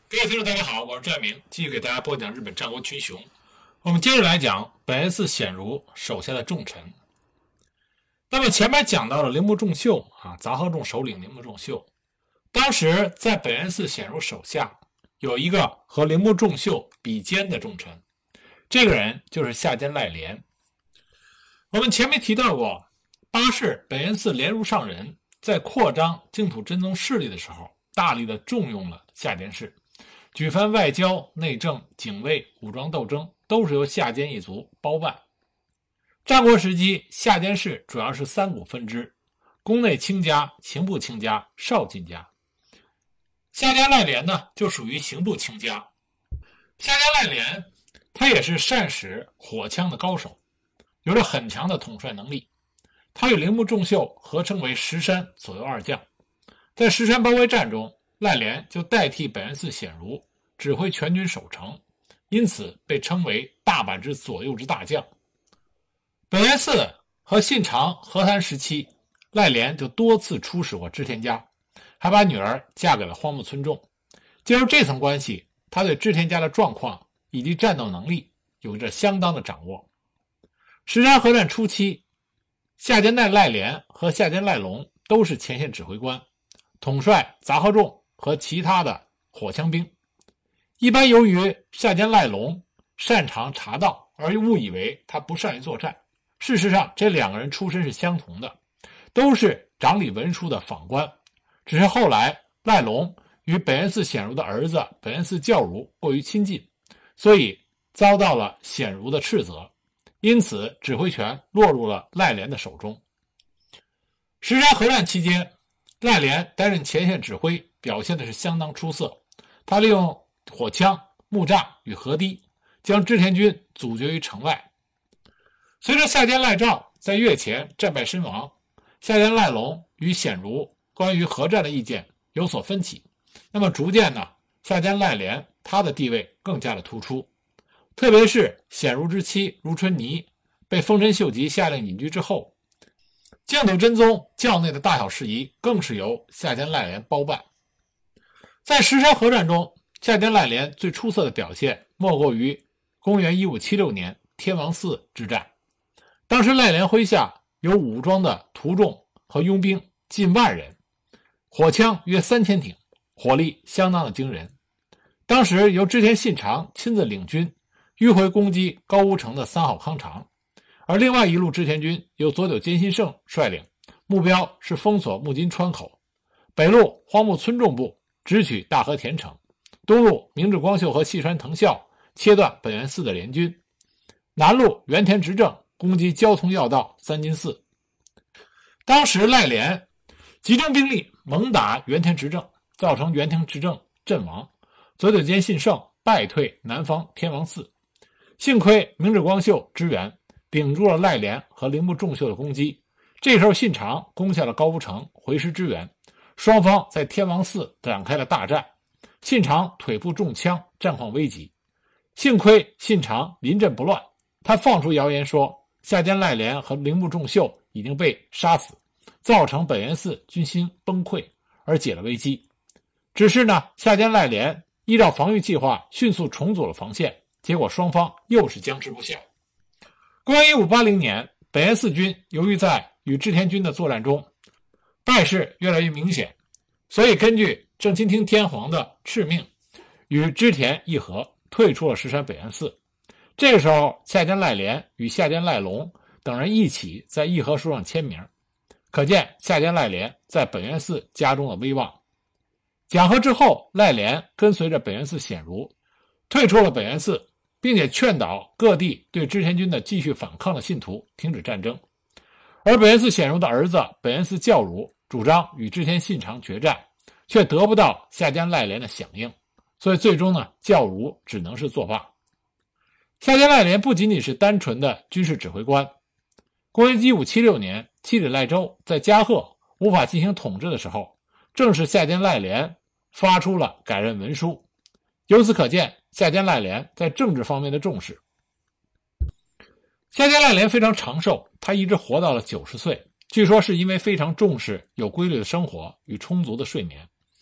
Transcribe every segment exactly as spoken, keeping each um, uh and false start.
各位听众大家好，我是赵爱明，继续给大家播讲日本战国群雄。我们接着来讲本愿寺显如手下的重臣。那么前面讲到了铃木重秀啊，杂贺众首领铃木重秀，当时在本愿寺显如手下有一个和铃木重秀比肩的重臣，这个人就是下监赖连。我们前面提到过，八世本愿寺莲如上人在扩张净土真宗势力的时候，大力的重用了下监氏，举凡外交、内政、警卫、武装斗争都是由下监一族包办。战国时期，下监氏主要是三股分支：宫内卿家、刑部卿家、少卿家。下监赖连呢，就属于刑部卿家。下监赖连他也是善使火枪的高手，有着很强的统帅能力。他与铃木重秀合称为石山左右二将。在石山包围战中，赖连就代替本愿寺显如指挥全军守城，因此被称为大阪之左右之大将。本愿寺和信长和谈时期，赖连就多次出使过织田家，还把女儿嫁给了荒木村重。借助这层关系，他对织田家的状况以及战斗能力有着相当的掌握。石山合战初期，下监赖赖连和下监赖隆都是前线指挥官，统帅杂贺众和其他的火枪兵。一般由于下监赖隆擅长茶道，而误以为他不善于作战。事实上，这两个人出身是相同的，都是掌理文书的访官，只是后来赖隆与本愿寺显如的儿子本愿寺教如过于亲近，所以遭到了显如的斥责，因此指挥权落入了赖连的手中。石山合战期间，赖连担任前线指挥，表现的是相当出色。他利用火枪、木栅与河堤，将织田军阻绝于城外。随着下监赖昭在月前战败身亡，下监赖隆与显如关于合战的意见有所分歧。那么逐渐呢，下监赖连他的地位更加的突出。特别是显如之妻如春妮被丰臣秀吉下令隐居之后，净土真宗教内的大小事宜更是由下监赖连包办。在石山合战中，下监赖连最出色的表现莫过于公元一五七六年天王寺之战。当时赖连麾下有武装的徒众和佣兵近万人，火枪约三千挺，火力相当的惊人。当时由织田信长亲自领军迂回攻击高屋城的三好康长，而另外一路织田军由佐久间信胜率领，目标是封锁木津川口。北路荒木村重部直取大和田城，东路明智光秀和细川藤孝切断本愿寺的联军，南路原田执政攻击交通要道三津寺。当时赖连集中兵力猛打原田执政，造成原田执政阵亡，佐久间信胜败退南方天王寺。幸亏明智光秀支援，顶住了赖连和铃木重秀的攻击。这时候信长攻下了高屋城，回师支援，双方在天王寺展开了大战。信长腿部中枪，战况危急。幸亏信长临阵不乱，他放出谣言说下监赖连和铃木重秀已经被杀死，造成本愿寺军心崩溃，而解了危机。只是呢，下监赖连依照防御计划迅速重组了防线，结果双方又是僵持不下。公元一五八零年，本愿寺军由于在与织田军的作战中败势越来越明显，所以根据正清町天皇的敕命，与织田议和，退出了石山本愿寺。这个时候，下监赖连与下监赖隆等人一起在议和书上签名，可见下监赖连在本愿寺家中的威望。讲和之后，赖连跟随着本愿寺显如退出了本愿寺，并且劝导各地对织田军的继续反抗的信徒停止战争。而本愿寺显如的儿子本愿寺教如主张与织田信长决战，却得不到下监赖连的响应，所以最终呢，教如只能是作罢。下监赖连不仅仅是单纯的军事指挥官。公元一五七六年，七里赖州在加贺无法进行统治的时候，正是下监赖连发出了改任文书。由此可见，下监赖连在政治方面的重视。下监赖连非常长寿，他一直活到了九十岁，据说是因为非常重视有规律的生活与充足的睡眠。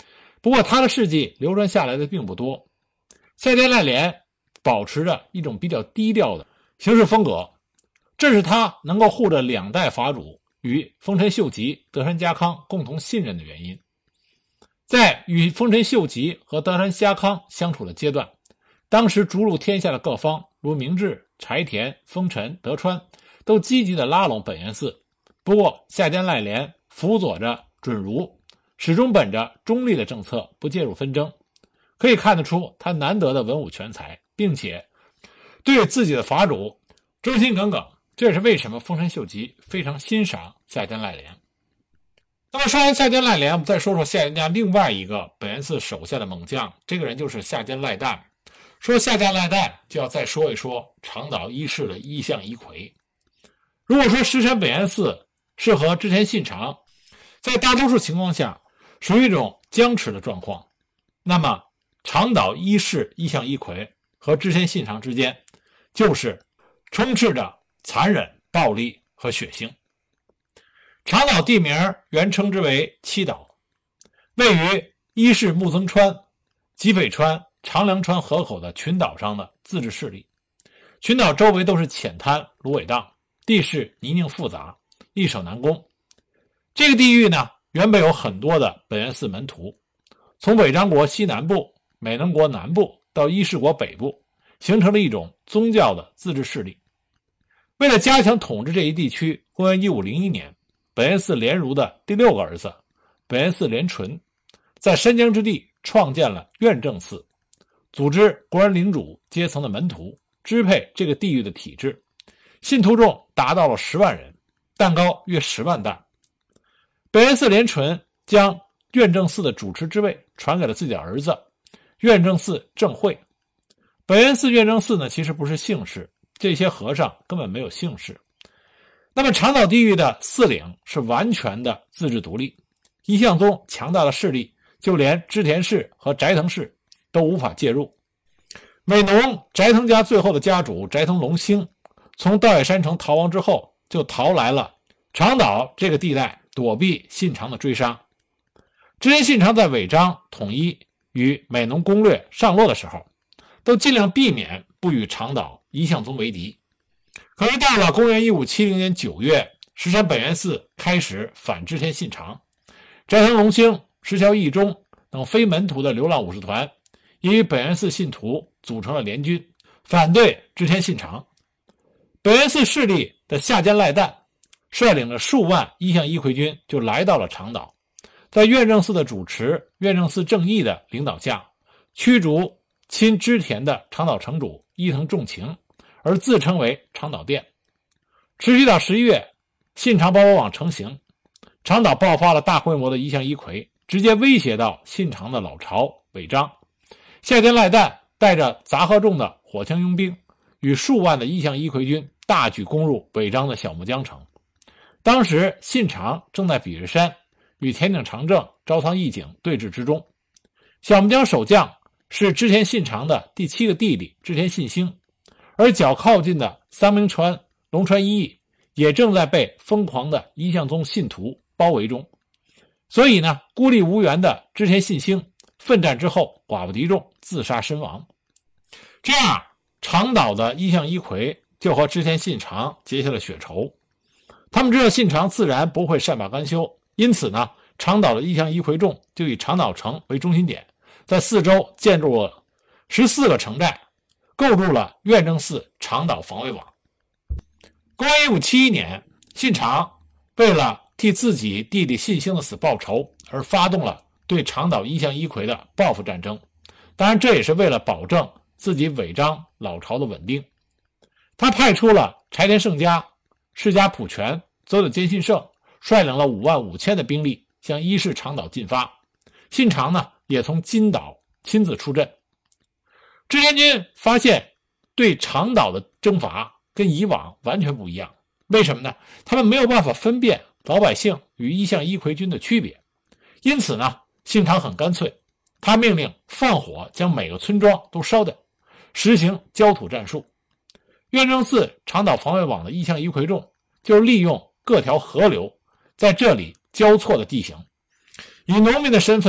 不过他的事迹流传下来的并不多。夏间赖连保持着一种比较低调的行事风格，这是他能够护着两代法主与丰臣秀吉、德川家康共同信任的原因。在与丰臣秀吉和德川家康相处的阶段，当时逐鹿天下的各方如明治、柴田、丰臣、德川都积极地拉拢本愿寺。不过夏间赖连辅佐着准如，始终本着中立的政策，不介入纷争。可以看得出他难得的文武全才，并且对自己的法主忠心耿耿，这也是为什么丰臣秀吉非常欣赏夏间赖连。那么说完夏间赖连，我们再说说夏间家另外一个本愿寺手下的猛将，这个人就是夏间赖旦。说夏间赖旦，就要再说一说长岛一世的一向一揆。如果说石山本愿寺是和织田信长在大多数情况下属于一种僵持的状况，那么长岛一世一向一揆和织田信长之间就是充斥着残忍、暴力和血腥。长岛地名原称之为七岛，位于伊势木曾川、吉斐川、长良川河口的群岛上的自治势力。群岛周围都是浅滩、芦苇荡，地势泥泞复杂，易守难攻。这个地域呢，原本有很多的本愿寺门徒，从尾张国西南部、美浓国南部到伊势国北部，形成了一种宗教的自治势力。为了加强统治这一地区，公元一五零一年，本愿寺莲如的第六个儿子本愿寺莲纯在山江之地创建了院正寺，组织国人领主阶层的门徒，支配这个地域的体制，信徒众达到了十万人，蛋糕约十万担。本愿寺莲纯将院正寺的主持之位传给了自己的儿子院正寺正会。本愿寺院正寺呢，其实不是姓氏，这些和尚根本没有姓氏。那么长岛地域的寺领是完全的自治独立，一向宗强大的势力就连织田氏和斋藤氏都无法介入。美浓斋藤家最后的家主斋藤龙兴从道野山城逃亡之后，就逃来了长岛这个地带，躲避信长的追杀。织田信长在尾张统一与美浓攻略上洛的时候，都尽量避免不与长岛一向宗为敌。可是到了公元一五七零年九月，石山本愿寺开始反织田信长，斋藤龙兴、石桥义忠等非门徒的流浪武士团也与本愿寺信徒组成了联军，反对织田信长。本愿寺势力的夏间赖旦率领了数万一向一揆军就来到了长岛，在院正寺的主持院正寺正义的领导下，驱逐亲织田的长岛城主伊藤重情，而自称为长岛殿。持续到十一月，信长包围网成型，长岛爆发了大规模的一向一揆，直接威胁到信长的老巢尾张。夏间赖旦带着杂贺众的火枪佣兵与数万的一向一揆军大举攻入尾张的小木江城。当时信长正在比日山与田井长政、朝仓义景对峙之中。小木江守将是织田信长的第七个弟弟织田信兴，而较靠近的桑明川、龙川一义也正在被疯狂的一向宗信徒包围中。所以呢，孤立无援的织田信兴奋战之后寡不敌众，自杀身亡。这样长岛的一向一揆就和织田信长结下了血仇。他们知道信长自然不会善罢甘休，因此呢，长岛的一向一揆众就以长岛城为中心点，在四周建筑了十四个城寨，构筑了院正寺长岛防卫网。公元一五七一年，信长为了替自己弟弟信兴的死报仇，而发动了对长岛一向一揆的报复战争。当然，这也是为了保证自己尾张老巢的稳定。他派出了柴田胜家、世家普权、佐久间信胜，率领了五万五千的兵力向伊势长岛进发。信长呢，也从金岛亲自出阵。织田军发现对长岛的征伐跟以往完全不一样，为什么呢？他们没有办法分辨老百姓与一向一揆军的区别。因此呢，信长很干脆，他命令放火将每个村庄都烧掉，实行焦土战术。院正寺长岛防卫网的一向一揆众就是利用各条河流在这里交错的地形，以农民的身份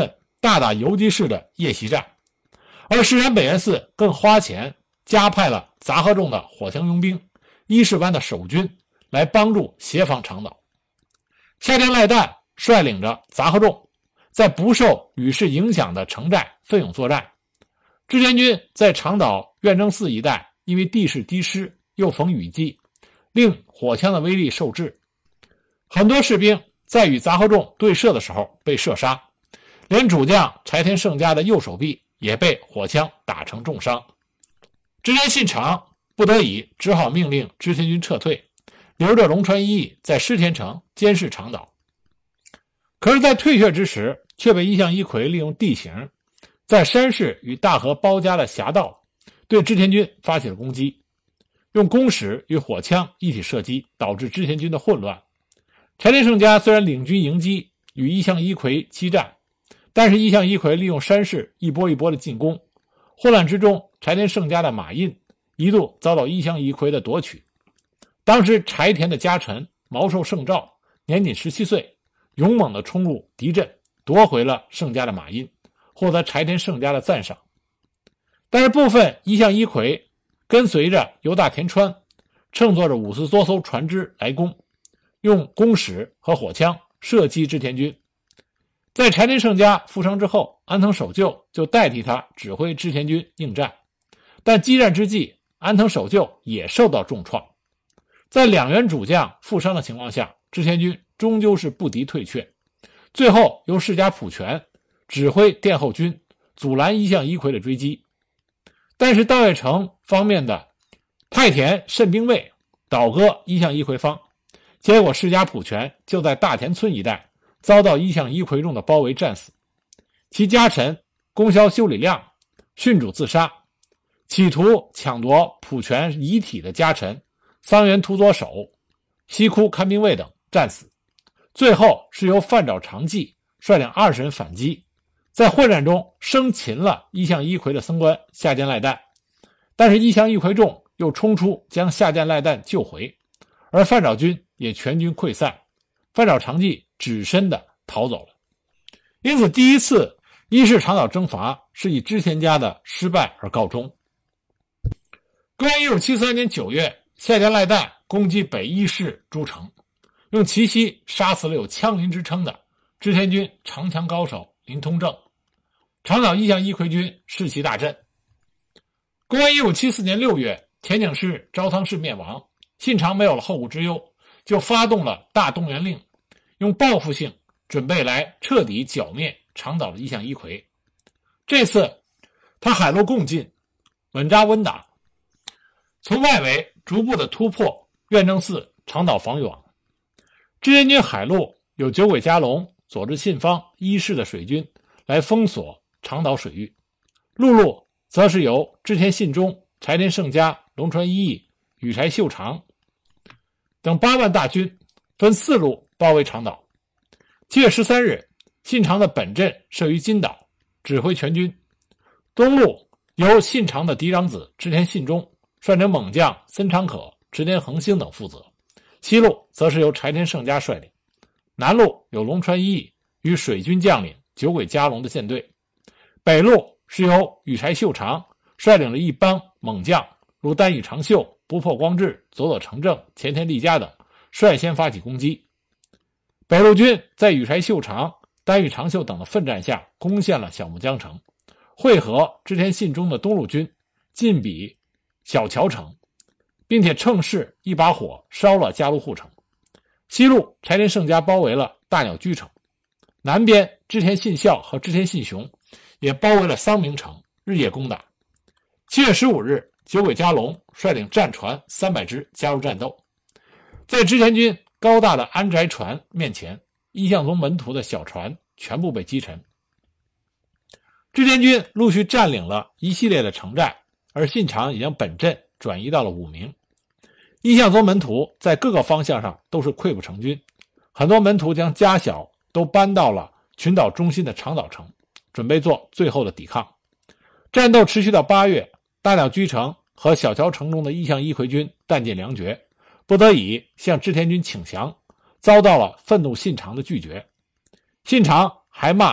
大打游击式的夜袭战，而石山北元寺更花钱加派了杂贺众的火枪佣兵、伊势湾的守军来帮助协防长岛。下田赖旦率领着杂贺众在不受雨势影响的城寨奋勇作战。织田军在长岛院征寺一带因为地势低湿又逢雨季，令火枪的威力受制，很多士兵在与杂贺众对射的时候被射杀，连主将柴田胜家的右手臂也被火枪打成重伤。织田信长不得已只好命令织田军撤退，留着龙川一义在施田城监视长岛。可是在退却之时，却被一向一揆利用地形，在山势与大河包夹的峡道对织田军发起了攻击，用弓矢与火枪一起射击，导致织田军的混乱。柴田胜家虽然领军迎击，与一向一揆激战，但是一向一揆利用山势一波一波的进攻，混乱之中，柴田胜家的马印一度遭到一向一揆的夺取。当时柴田的家臣毛寿胜兆年仅十七岁，勇猛地冲入敌阵，夺回了胜家的马印，获得柴田胜家的赞赏。但是部分一向一揆跟随着由大田川，乘坐着五十多艘船只来攻，用弓矢和火枪射击织田军。在柴田胜家负伤之后，安藤守旧就代替他指挥织田军应战，但激战之际，安藤守旧也受到重创。在两员主将负伤的情况下，织田军终究是不敌退却，最后由世家普权指挥殿后军阻拦一向一揆的追击。但是稻叶城方面的太田慎兵卫倒戈一向一揆方，结果世家普权就在大田村一带遭到一向一揆众的包围战死，其家臣宫萧修理亮殉主自杀，企图抢夺普权遗体的家臣桑原土佐守、西窟看兵卫等战死。最后是由范沼长纪率领二十人反击，在混战中生擒了一向一揆的僧官下见赖旦，但是一向一揆众又冲出将下见赖旦救回，而范沼军也全军溃散，范沼长纪只身的逃走了。因此第一次伊势长岛征伐是以织田家的失败而告终。公元一五七三年九月，下见赖旦攻击北伊势诸城，用奇袭杀死了有枪林之称的织田军长枪高手林通正，长岛一向一揆军士气大振。公元一五七四年六月，田井氏、朝仓氏灭亡，信长没有了后顾之忧，就发动了大动员令，用报复性准备来彻底剿灭长岛的一向一揆。这次他海陆共进，稳扎稳打，从外围逐步的突破院征寺长岛防御网。织田军海陆有九鬼加隆、佐治信方、伊势的水军来封锁长岛水域，陆路则是由织田信忠、柴田胜家、龙川一义、羽柴秀长等八万大军分四路包围长岛。七月十三日，信长的本阵设于金岛，指挥全军。东路由信长的嫡长子织田信忠率领猛将森长可、织田恒星等负责，西路则是由柴田胜家率领。南路有龙川一义与水军将领九鬼加隆的舰队，北路是由羽柴秀长率领了一帮猛将，如丹羽长秀、不破光治、佐佐成正、前田利家等，率先发起攻击。北路军在羽柴秀长、丹羽长秀等的奋战下攻陷了小木江城，会合织田信忠的东路军进比小桥城，并且乘势一把火烧了加禄户城。西路柴田胜家包围了大鸟居城，南边织田信孝和织田信雄也包围了桑明城，日夜攻打。七月十五日，九鬼加隆率领战船三百只加入战斗，在织田军高大的安宅船面前，一向宗门徒的小船全部被击沉。织田军陆续占领了一系列的城寨，而信长已将本阵转移到了武名。一向宗门徒在各个方向上都是溃不成军，很多门徒将家小都搬到了群岛中心的长岛城，准备做最后的抵抗。战斗持续到八月，大鸟居城和小桥城中的一向一揆军弹尽粮绝，不得已向织田军请降，遭到了愤怒信长的拒绝。信长还骂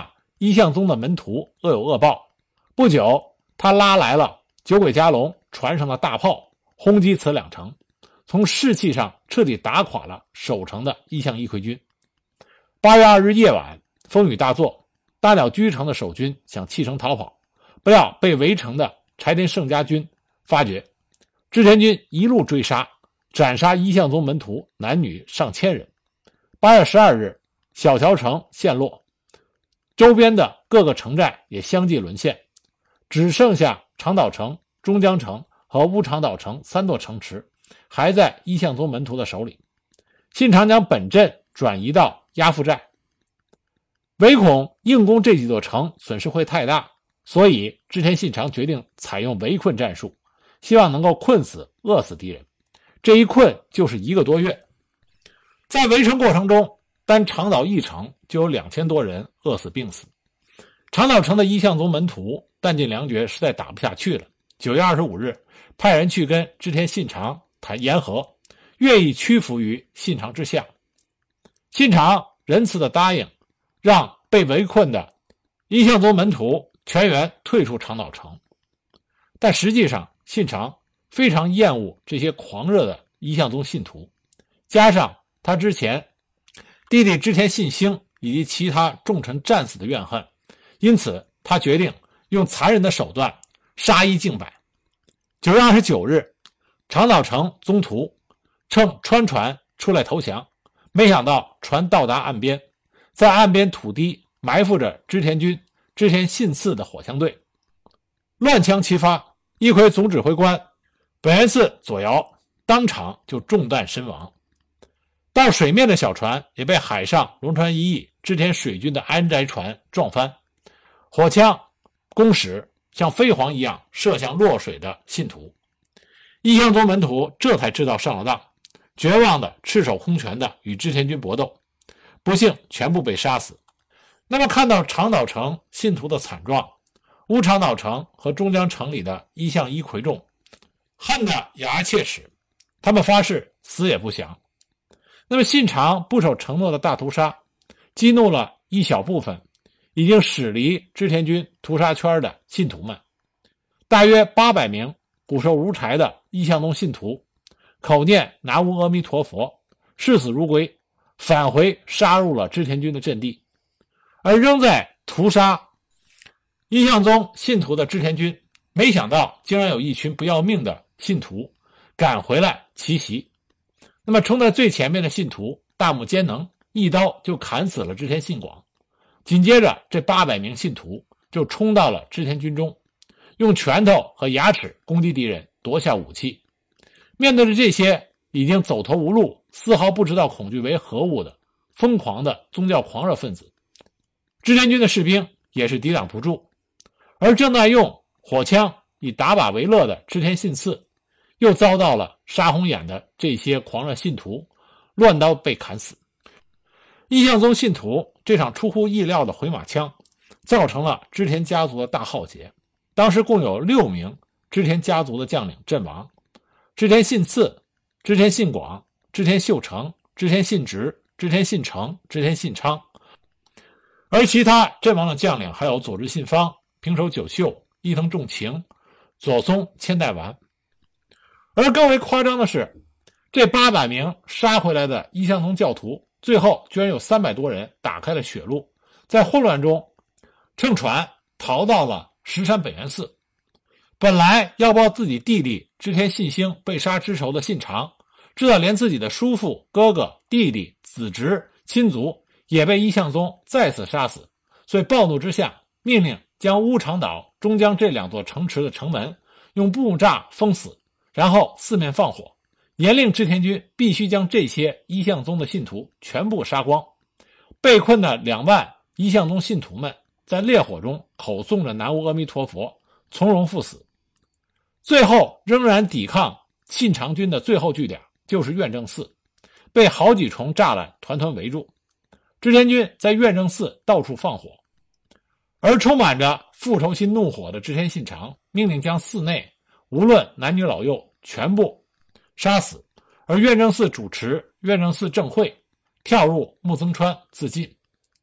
一向宗的门徒恶有恶报。不久，他拉来了九鬼加龙船上的大炮，轰击此两城，从士气上彻底打垮了守城的一向一揆军。八月二日夜晚，风雨大作，大鸟居城的守军想弃城逃跑，不料被围城的柴田胜家军发觉，织田军一路追杀，斩杀一向宗门徒男女上千人。八月十二日，小桥城陷落，周边的各个城寨也相继沦陷，只剩下长岛城、中江城和乌长岛城三座城池还在一向宗门徒的手里。信长将本阵转移到鸭阜寨，唯恐硬攻这几座城损失会太大，所以织田信长决定采用围困战术，希望能够困死饿死敌人。这一困就是一个多月。在围城过程中，单长岛一城就有两千多人饿死病死。长岛城的一向宗门徒弹尽粮绝，实在打不下去了。九月二十五日，派人去跟织田信长谈言和，愿意屈服于信长之下。信长仁慈的答应，让被围困的一向宗门徒全员退出长岛城。但实际上，信长非常厌恶这些狂热的一向宗信徒，加上他之前弟弟织田信兴以及其他重臣战死的怨恨，因此他决定用残忍的手段杀一儆百。九月二十九日，长岛城宗徒乘川船出来投降，没想到船到达岸边，在岸边土地埋伏着织田军织田信次的火枪队，乱枪齐发。一揆总指挥官本元寺左遥当场就中弹身亡。到水面的小船也被海上龙船一役织田水军的安斋船撞翻，火枪弓矢像飞蝗一样射向落水的信徒。一向宗门徒这才知道上了当，绝望的赤手空拳的与织田军搏斗，不幸全部被杀死。那么看到长岛城信徒的惨状，乌长岛城和中江城里的一向一揆众恨得咬牙切齿，他们发誓死也不降。那么信长不守承诺的大屠杀，激怒了一小部分已经驶离织田军屠杀圈的信徒们。大约八百名骨瘦如柴的一向宗信徒口念南无阿弥陀佛，视死如归，返回杀入了织田军的阵地。而仍在屠杀一向宗信徒的织田军，没想到竟然有一群不要命的信徒赶回来奇袭。那么冲在最前面的信徒大木坚能一刀就砍死了织田信广，紧接着这八百名信徒就冲到了织田军中，用拳头和牙齿攻击敌人，夺下武器。面对着这些已经走投无路、丝毫不知道恐惧为何物的疯狂的宗教狂热分子，织田军的士兵也是抵挡不住。而正在用火枪以打靶为乐的织田信次，又遭到了杀红眼的这些狂热信徒乱刀被砍死。一向宗信徒这场出乎意料的回马枪，造成了织田家族的大浩劫。当时共有六名织田家族的将领阵亡：织田信次、织田信广、织田秀成、织田信直、织田信成、织田信昌。而其他阵亡的将领还有佐治信方、平手久秀、伊藤重晴、佐松千代丸。而更为夸张的是，这八百名杀回来的一向宗教徒，最后居然有三百多人打开了血路，在混乱中乘船逃到了石山本愿寺。本来要报自己弟弟织田信兴被杀之仇的信长，知道连自己的叔父、哥哥、弟弟、子侄、亲族也被一向宗再次杀死，所以暴怒之下，命令将乌长岛、中江这两座城池的城门用木栅封死，然后四面放火，严令织田军必须将这些一向宗的信徒全部杀光。被困的两万一向宗信徒们在烈火中口诵着南无阿弥陀佛，从容赴死。最后仍然抵抗信长军的最后据点就是院正寺，被好几重栅栏团团围住。织田军在院正寺到处放火，而充满着复仇心怒火的织田信长命令将寺内无论男女老幼全部杀死，而院正寺主持院正寺正会跳入木曾川自尽。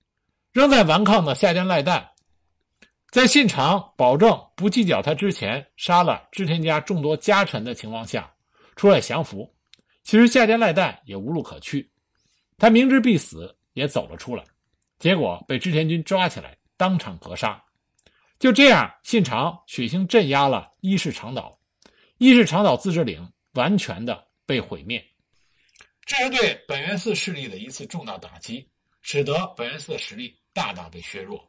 仍在顽抗的夏间赖旦，在信长保证不计较他之前杀了织田家众多家臣的情况下出来降服。其实夏间赖旦也无路可去，他明知必死也走了出来，结果被织田军抓起来当场格杀。就这样，信长血腥镇压了伊势长岛，伊势长岛自治领完全的被毁灭。这是对本愿寺势力的一次重大打击，使得本愿寺的实力大大被削弱。